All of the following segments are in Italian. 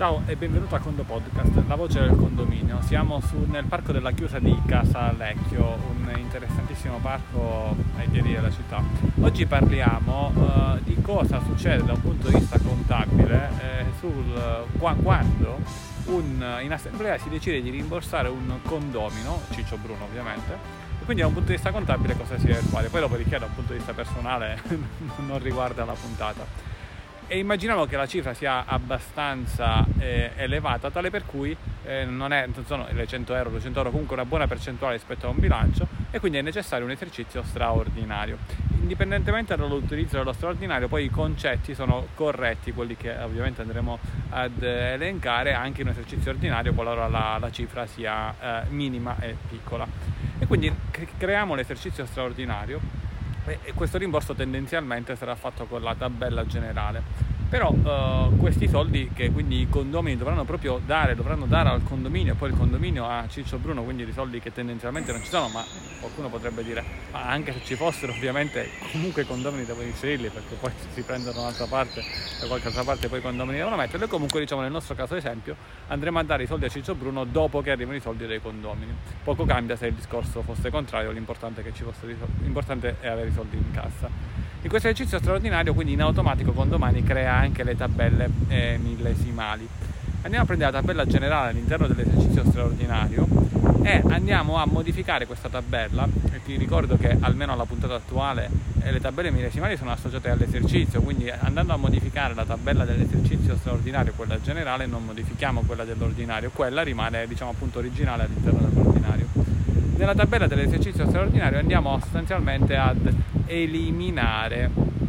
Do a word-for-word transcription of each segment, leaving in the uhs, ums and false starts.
Ciao e benvenuto a Condo Podcast, la voce del condominio. Siamo su, nel parco della chiusa di Casalecchio, un interessantissimo parco ai piedi della città. Oggi parliamo uh, di cosa succede da un punto di vista contabile eh, sul, qua, quando un, in assemblea si decide di rimborsare un condomino, Ciccio Bruno ovviamente, e quindi da un punto di vista contabile cosa si deve fare. Poi dopodiché da un punto di vista personale non riguarda la puntata. E immaginiamo che la cifra sia abbastanza eh, elevata, tale per cui eh, non, è, non sono le cento euro, duecento euro, comunque una buona percentuale rispetto a un bilancio, e quindi è necessario un esercizio straordinario. Indipendentemente dall'utilizzo dello straordinario, poi i concetti sono corretti, quelli che ovviamente andremo ad elencare anche in un esercizio ordinario qualora la, la cifra sia eh, minima e piccola. E quindi creiamo l'esercizio straordinario. E questo rimborso tendenzialmente sarà fatto con la tabella generale, però eh, questi soldi che quindi i condomini dovranno proprio dare, dovranno dare al condominio, poi il condominio a Ciccio Bruno, quindi di soldi che tendenzialmente non ci sono, ma qualcuno potrebbe dire ma anche se ci fossero ovviamente comunque i condomini devono inserirli, perché poi si prendono da un'altra parte, da qualche altra parte poi i condomini devono metterli. E comunque diciamo nel nostro caso esempio andremo a dare i soldi a Ciccio Bruno dopo che arrivano i soldi dei condomini. Poco cambia se il discorso fosse contrario, l'importante è che ci fosse, l'importante è avere i soldi in cassa. In questo esercizio straordinario quindi in automatico Condomani crea anche le tabelle eh, millesimali. Andiamo a prendere la tabella generale all'interno dell'esercizio straordinario e andiamo a modificare questa tabella. E ti ricordo che almeno alla puntata attuale eh, le tabelle millesimali sono associate all'esercizio, quindi andando a modificare la tabella dell'esercizio straordinario, quella generale, non modifichiamo quella dell'ordinario, quella rimane diciamo appunto originale all'interno dell'ordinario. Nella tabella dell'esercizio straordinario andiamo sostanzialmente ad eliminare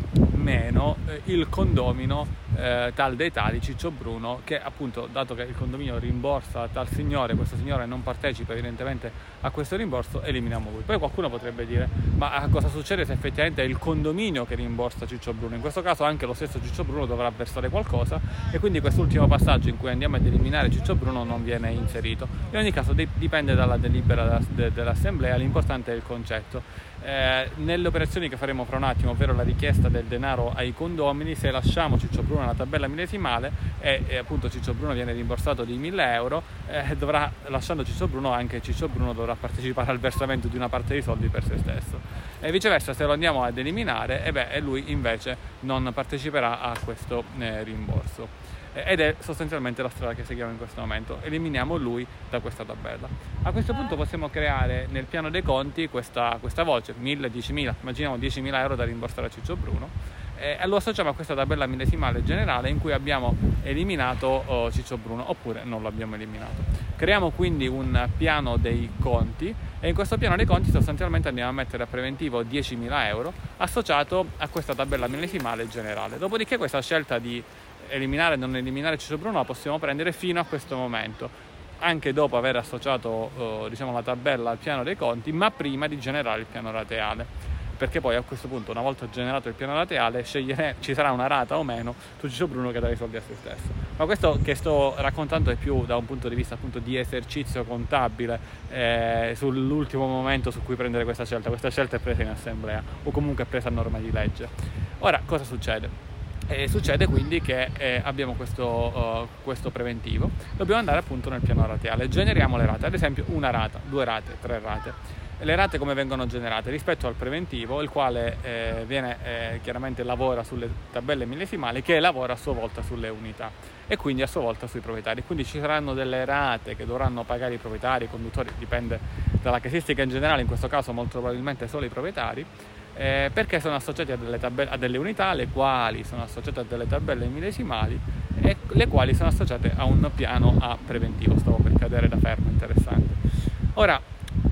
meno eh, il condomino eh, tal dei tali Ciccio Bruno, che appunto, dato che il condominio rimborsa tal signore, questo signore non partecipa evidentemente a questo rimborso, eliminiamo lui. Poi qualcuno potrebbe dire ma cosa succede se effettivamente è il condominio che rimborsa Ciccio Bruno? In questo caso anche lo stesso Ciccio Bruno dovrà versare qualcosa e quindi quest'ultimo passaggio in cui andiamo ad eliminare Ciccio Bruno non viene inserito. In ogni caso dipende dalla delibera dell'assemblea, l'importante è il concetto. Eh, nelle operazioni che faremo fra un attimo, ovvero la richiesta del denaro ai condomini, se lasciamo Ciccio Bruno nella tabella millesimale e, e appunto Ciccio Bruno viene rimborsato di mille euro, eh, dovrà, lasciando Ciccio Bruno, anche Ciccio Bruno dovrà partecipare al versamento di una parte dei soldi per se stesso, e viceversa se lo andiamo ad eliminare e beh, lui invece non parteciperà a questo eh, rimborso. Ed è sostanzialmente la strada che seguiamo in questo momento. Eliminiamo lui da questa tabella. A questo punto possiamo creare nel piano dei conti questa, questa voce mille, diecimila, immaginiamo diecimila euro da rimborsare a Ciccio Bruno, e lo associamo a questa tabella millesimale generale in cui abbiamo eliminato oh, Ciccio Bruno, oppure non lo abbiamo eliminato. Creiamo quindi un piano dei conti e in questo piano dei conti sostanzialmente andiamo a mettere a preventivo diecimila euro associato a questa tabella millesimale generale. Dopodiché questa scelta di eliminare e non eliminare Ciccio Bruno la possiamo prendere fino a questo momento, anche dopo aver associato eh, diciamo la tabella al piano dei conti, ma prima di generare il piano rateale, perché poi a questo punto, una volta generato il piano rateale, scegliere ci sarà una rata o meno su Ciccio Bruno che dà i soldi a se stesso. Ma questo che sto raccontando è più da un punto di vista appunto di esercizio contabile, eh, sull'ultimo momento su cui prendere questa scelta. Questa scelta è presa in assemblea o comunque è presa a norma di legge. Ora cosa succede? E succede quindi che eh, abbiamo questo, uh, questo preventivo, dobbiamo andare appunto nel piano rateale, generiamo le rate, ad esempio una rata, due rate, tre rate. Le rate come vengono generate? Rispetto al preventivo, il quale eh, viene eh, chiaramente lavora sulle tabelle millesimali, che lavora a sua volta sulle unità e quindi a sua volta sui proprietari. Quindi ci saranno delle rate che dovranno pagare i proprietari, i conduttori, dipende dalla casistica in generale, in questo caso molto probabilmente solo i proprietari, Eh, perché sono associati a delle, tabelle, a delle unità, le quali sono associate a delle tabelle millesimali e le quali sono associate a un piano a preventivo. Stavo per cadere da fermo, interessante. Ora,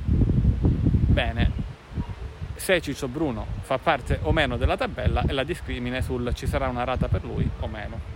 bene, se Ciccio Bruno fa parte o meno della tabella e la discrimine sul ci sarà una rata per lui o meno.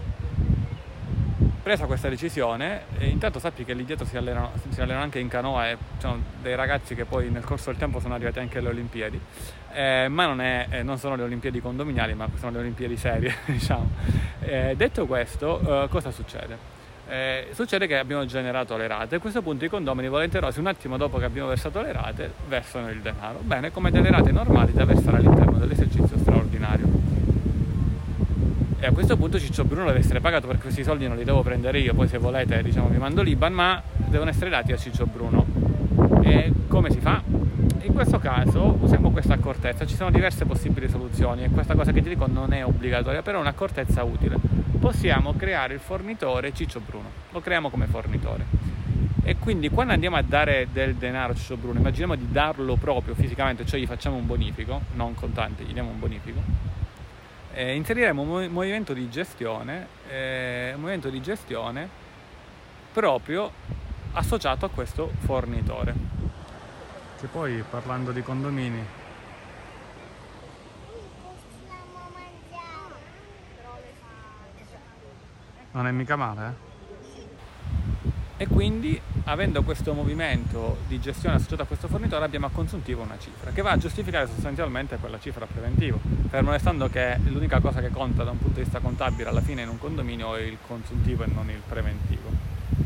Presa questa decisione, eh, intanto sappi che lì dietro si allenano, si allenano anche in canoa e ci sono dei ragazzi che poi nel corso del tempo sono arrivati anche alle Olimpiadi, eh, ma non, è, eh, non sono le Olimpiadi condominiali, ma sono le Olimpiadi serie, diciamo. Eh, detto questo, eh, cosa succede? Eh, succede che abbiamo generato le rate e a questo punto i condomini volenterosi, un attimo dopo che abbiamo versato le rate, versano il denaro. Bene, come delle rate normali da versare all'interno dell'esercizio straordinario. E a questo punto Ciccio Bruno deve essere pagato, perché questi soldi non li devo prendere io, poi se volete diciamo vi mando l'I B A N, ma devono essere dati a Ciccio Bruno. E come si fa? In questo caso usiamo questa accortezza, ci sono diverse possibili soluzioni e questa cosa che ti dico non è obbligatoria, però è un'accortezza utile. Possiamo creare il fornitore Ciccio Bruno, lo creiamo come fornitore e quindi quando andiamo a dare del denaro a Ciccio Bruno, immaginiamo di darlo proprio fisicamente, cioè gli facciamo un bonifico, non contante, gli diamo un bonifico, eh, inseriremo un movimento di gestione, eh, un movimento di gestione proprio associato a questo fornitore. Che poi, parlando di condomini, non è mica male, eh? E quindi, avendo questo movimento di gestione associato a questo fornitore, abbiamo a consuntivo una cifra che va a giustificare sostanzialmente quella cifra preventivo, fermo restando che l'unica cosa che conta da un punto di vista contabile alla fine in un condominio è il consuntivo e non il preventivo.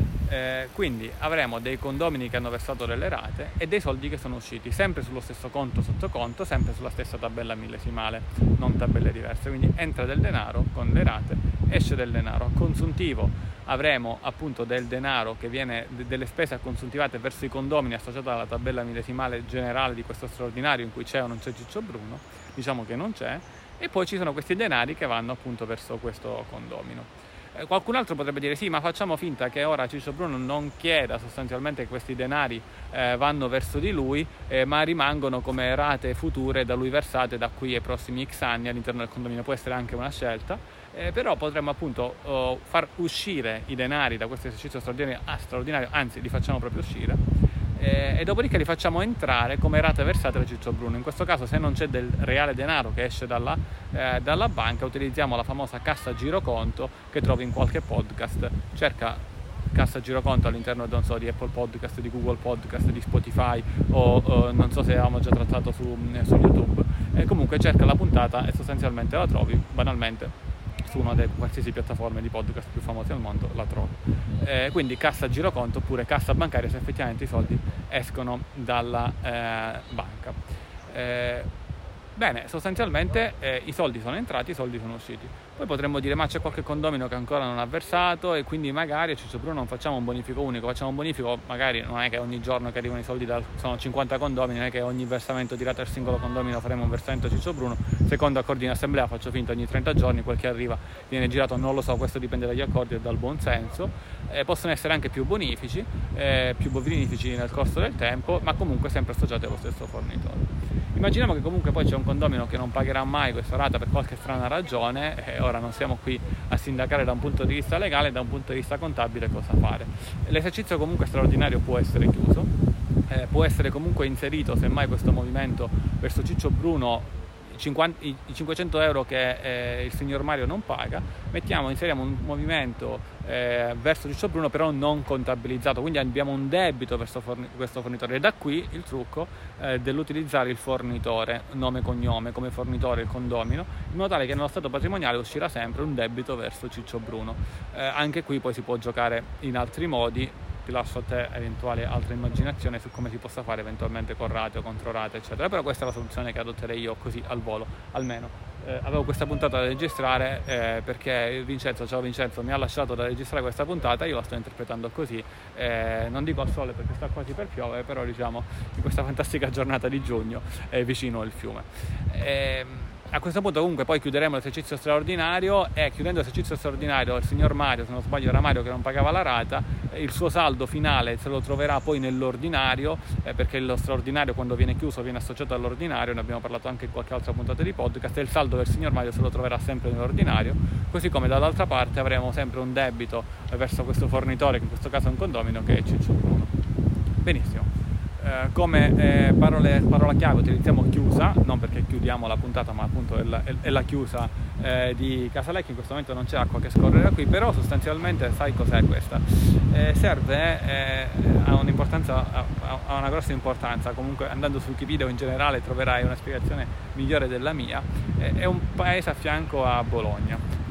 Eh, quindi avremo dei condomini che hanno versato delle rate e dei soldi che sono usciti sempre sullo stesso conto sotto conto, sempre sulla stessa tabella millesimale, non tabelle diverse. Quindi entra del denaro con le rate, esce del denaro. A consuntivo avremo appunto del denaro che viene, delle spese acconsuntivate verso i condomini associate alla tabella millesimale generale di questo straordinario in cui c'è o non c'è Ciccio Bruno, diciamo che non c'è, e poi ci sono questi denari che vanno appunto verso questo condomino. Qualcun altro potrebbe dire sì, ma facciamo finta che ora Ciccio Bruno non chieda sostanzialmente che questi denari eh, vanno verso di lui, eh, ma rimangono come rate future da lui versate da qui ai prossimi X anni all'interno del condominio. Può essere anche una scelta, eh, però potremmo appunto oh, far uscire i denari da questo esercizio straordinario, ah, straordinario anzi li facciamo proprio uscire, eh, e dopodiché li facciamo entrare come rate versate da Ciccio Bruno. In questo caso, se non c'è del reale denaro che esce dalla, eh, dalla banca, utilizziamo la famosa cassa giroconto che trovi in qualche podcast. Cerca cassa giroconto all'interno, non so, di Apple Podcast, di Google Podcast, di Spotify o o non so se avevamo già trattato su, su YouTube, e comunque cerca la puntata e sostanzialmente la trovi banalmente su una delle qualsiasi piattaforme di podcast più famose al mondo, la trovi. Eh, quindi cassa giroconto oppure cassa bancaria se effettivamente i soldi escono dalla eh, banca. Eh, bene, sostanzialmente eh, i soldi sono entrati, i soldi sono usciti. Poi potremmo dire ma c'è qualche condomino che ancora non ha versato e quindi magari a Ciccio Bruno non facciamo un bonifico unico, facciamo un bonifico magari non è che ogni giorno che arrivano i soldi da, sono cinquanta condomini, non è che ogni versamento di rata al singolo condomino faremo un versamento a Ciccio Bruno, secondo accordi in assemblea faccio finta ogni trenta giorni, quel che arriva viene girato, non lo so, questo dipende dagli accordi e dal buon senso. Eh, possono essere anche più bonifici, eh, più bonifici nel corso del tempo, ma comunque sempre associati allo stesso fornitore. Immaginiamo che comunque poi c'è un condomino che non pagherà mai questa rata per qualche strana ragione, e ora non siamo qui a sindacare da un punto di vista legale, da un punto di vista contabile cosa fare. L'esercizio comunque straordinario può essere chiuso, eh, può essere comunque inserito semmai questo movimento verso Ciccio Bruno, cinquanta, i cinquecento euro che eh, il signor Mario non paga, mettiamo, inseriamo un movimento eh, verso Ciccio Bruno però non contabilizzato, quindi abbiamo un debito verso forni- questo fornitore, e da qui il trucco eh, dell'utilizzare il fornitore nome e cognome come fornitore, il condomino, in modo tale che nello stato patrimoniale uscirà sempre un debito verso Ciccio Bruno. Eh, anche qui poi si può giocare in altri modi, ti lascio a te eventuale altra immaginazione su come si possa fare eventualmente con rate o contro rate eccetera, però questa è la soluzione che adotterei io così al volo, almeno. Eh, avevo questa puntata da registrare eh, perché Vincenzo, ciao Vincenzo, mi ha lasciato da registrare questa puntata, io la sto interpretando così, eh, non dico al sole perché sta quasi per piovere, però diciamo in questa fantastica giornata di giugno eh, vicino al fiume. Eh, A questo punto comunque poi chiuderemo l'esercizio straordinario, e chiudendo l'esercizio straordinario il signor Mario, se non sbaglio era Mario che non pagava la rata, il suo saldo finale se lo troverà poi nell'ordinario, eh, perché lo straordinario quando viene chiuso viene associato all'ordinario, ne abbiamo parlato anche in qualche altra puntata di podcast, e il saldo del signor Mario se lo troverà sempre nell'ordinario, così come dall'altra parte avremo sempre un debito verso questo fornitore, che in questo caso è un condomino, che è Ciccio Bruno. Benissimo. Eh, come eh, parole, parola chiave utilizziamo chiusa, non perché chiudiamo la puntata, ma appunto è la, è, è la chiusa eh, di Casalecchio. In questo momento non c'è acqua che scorre da qui, però sostanzialmente sai cos'è questa? Eh, serve, eh, ha un'importanza, ha, ha una grossa importanza, comunque andando su Wikipedia o in generale troverai una spiegazione migliore della mia, eh, è un paese a fianco a Bologna.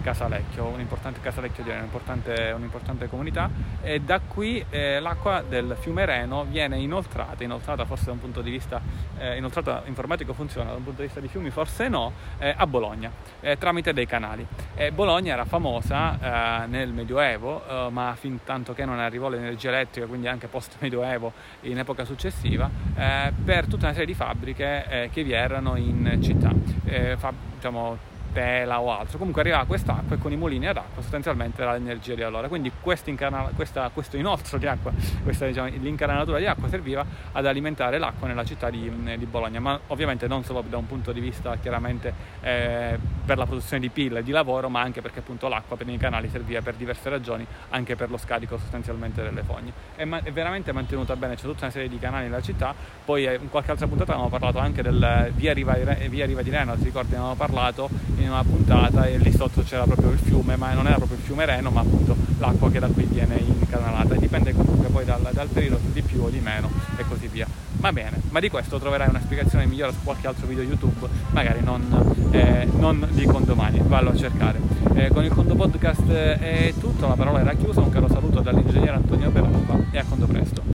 Casalecchio, un importante Casalecchio di Reno, un'importante, un'importante comunità, e da qui eh, l'acqua del fiume Reno viene inoltrata, inoltrata forse da un punto di vista, eh, inoltrata informatico funziona, da un punto di vista di fiumi forse no, eh, a Bologna, eh, tramite dei canali. E Bologna era famosa eh, nel Medioevo, eh, ma fin tanto che non arrivò l'energia elettrica, quindi anche post Medioevo in epoca successiva, eh, per tutta una serie di fabbriche eh, che vi erano in città, eh, fa, diciamo tela o altro. Comunque arrivava quest'acqua e con i mulini ad acqua sostanzialmente era l'energia di allora, quindi questa, questo inoltro di acqua, questa, diciamo, l'incanalatura di acqua serviva ad alimentare l'acqua nella città di, di Bologna, ma ovviamente non solo da un punto di vista chiaramente eh, per la produzione di pile e di lavoro, ma anche perché appunto l'acqua per i canali serviva per diverse ragioni, anche per lo scarico sostanzialmente delle fogne. È, ma- è veramente mantenuta bene, c'è tutta una serie di canali nella città. Poi eh, in qualche altra puntata avevamo parlato anche del via Riva, via Riva di Reno, ti ricordi, ne avevamo parlato in una puntata, e lì sotto c'era proprio il fiume, ma non era proprio il fiume Reno, ma appunto l'acqua che da qui viene incanalata, e dipende comunque poi dal, dal periodo, di più o di meno e così via. Va bene, ma di questo troverai una spiegazione migliore su qualche altro video YouTube, magari non, eh, non di condomani, vallo a cercare. Eh, con il Condo Podcast è tutto, la parola era chiusa, un caro saluto dall'ingegnere Antonio Peralpa e a Condo presto.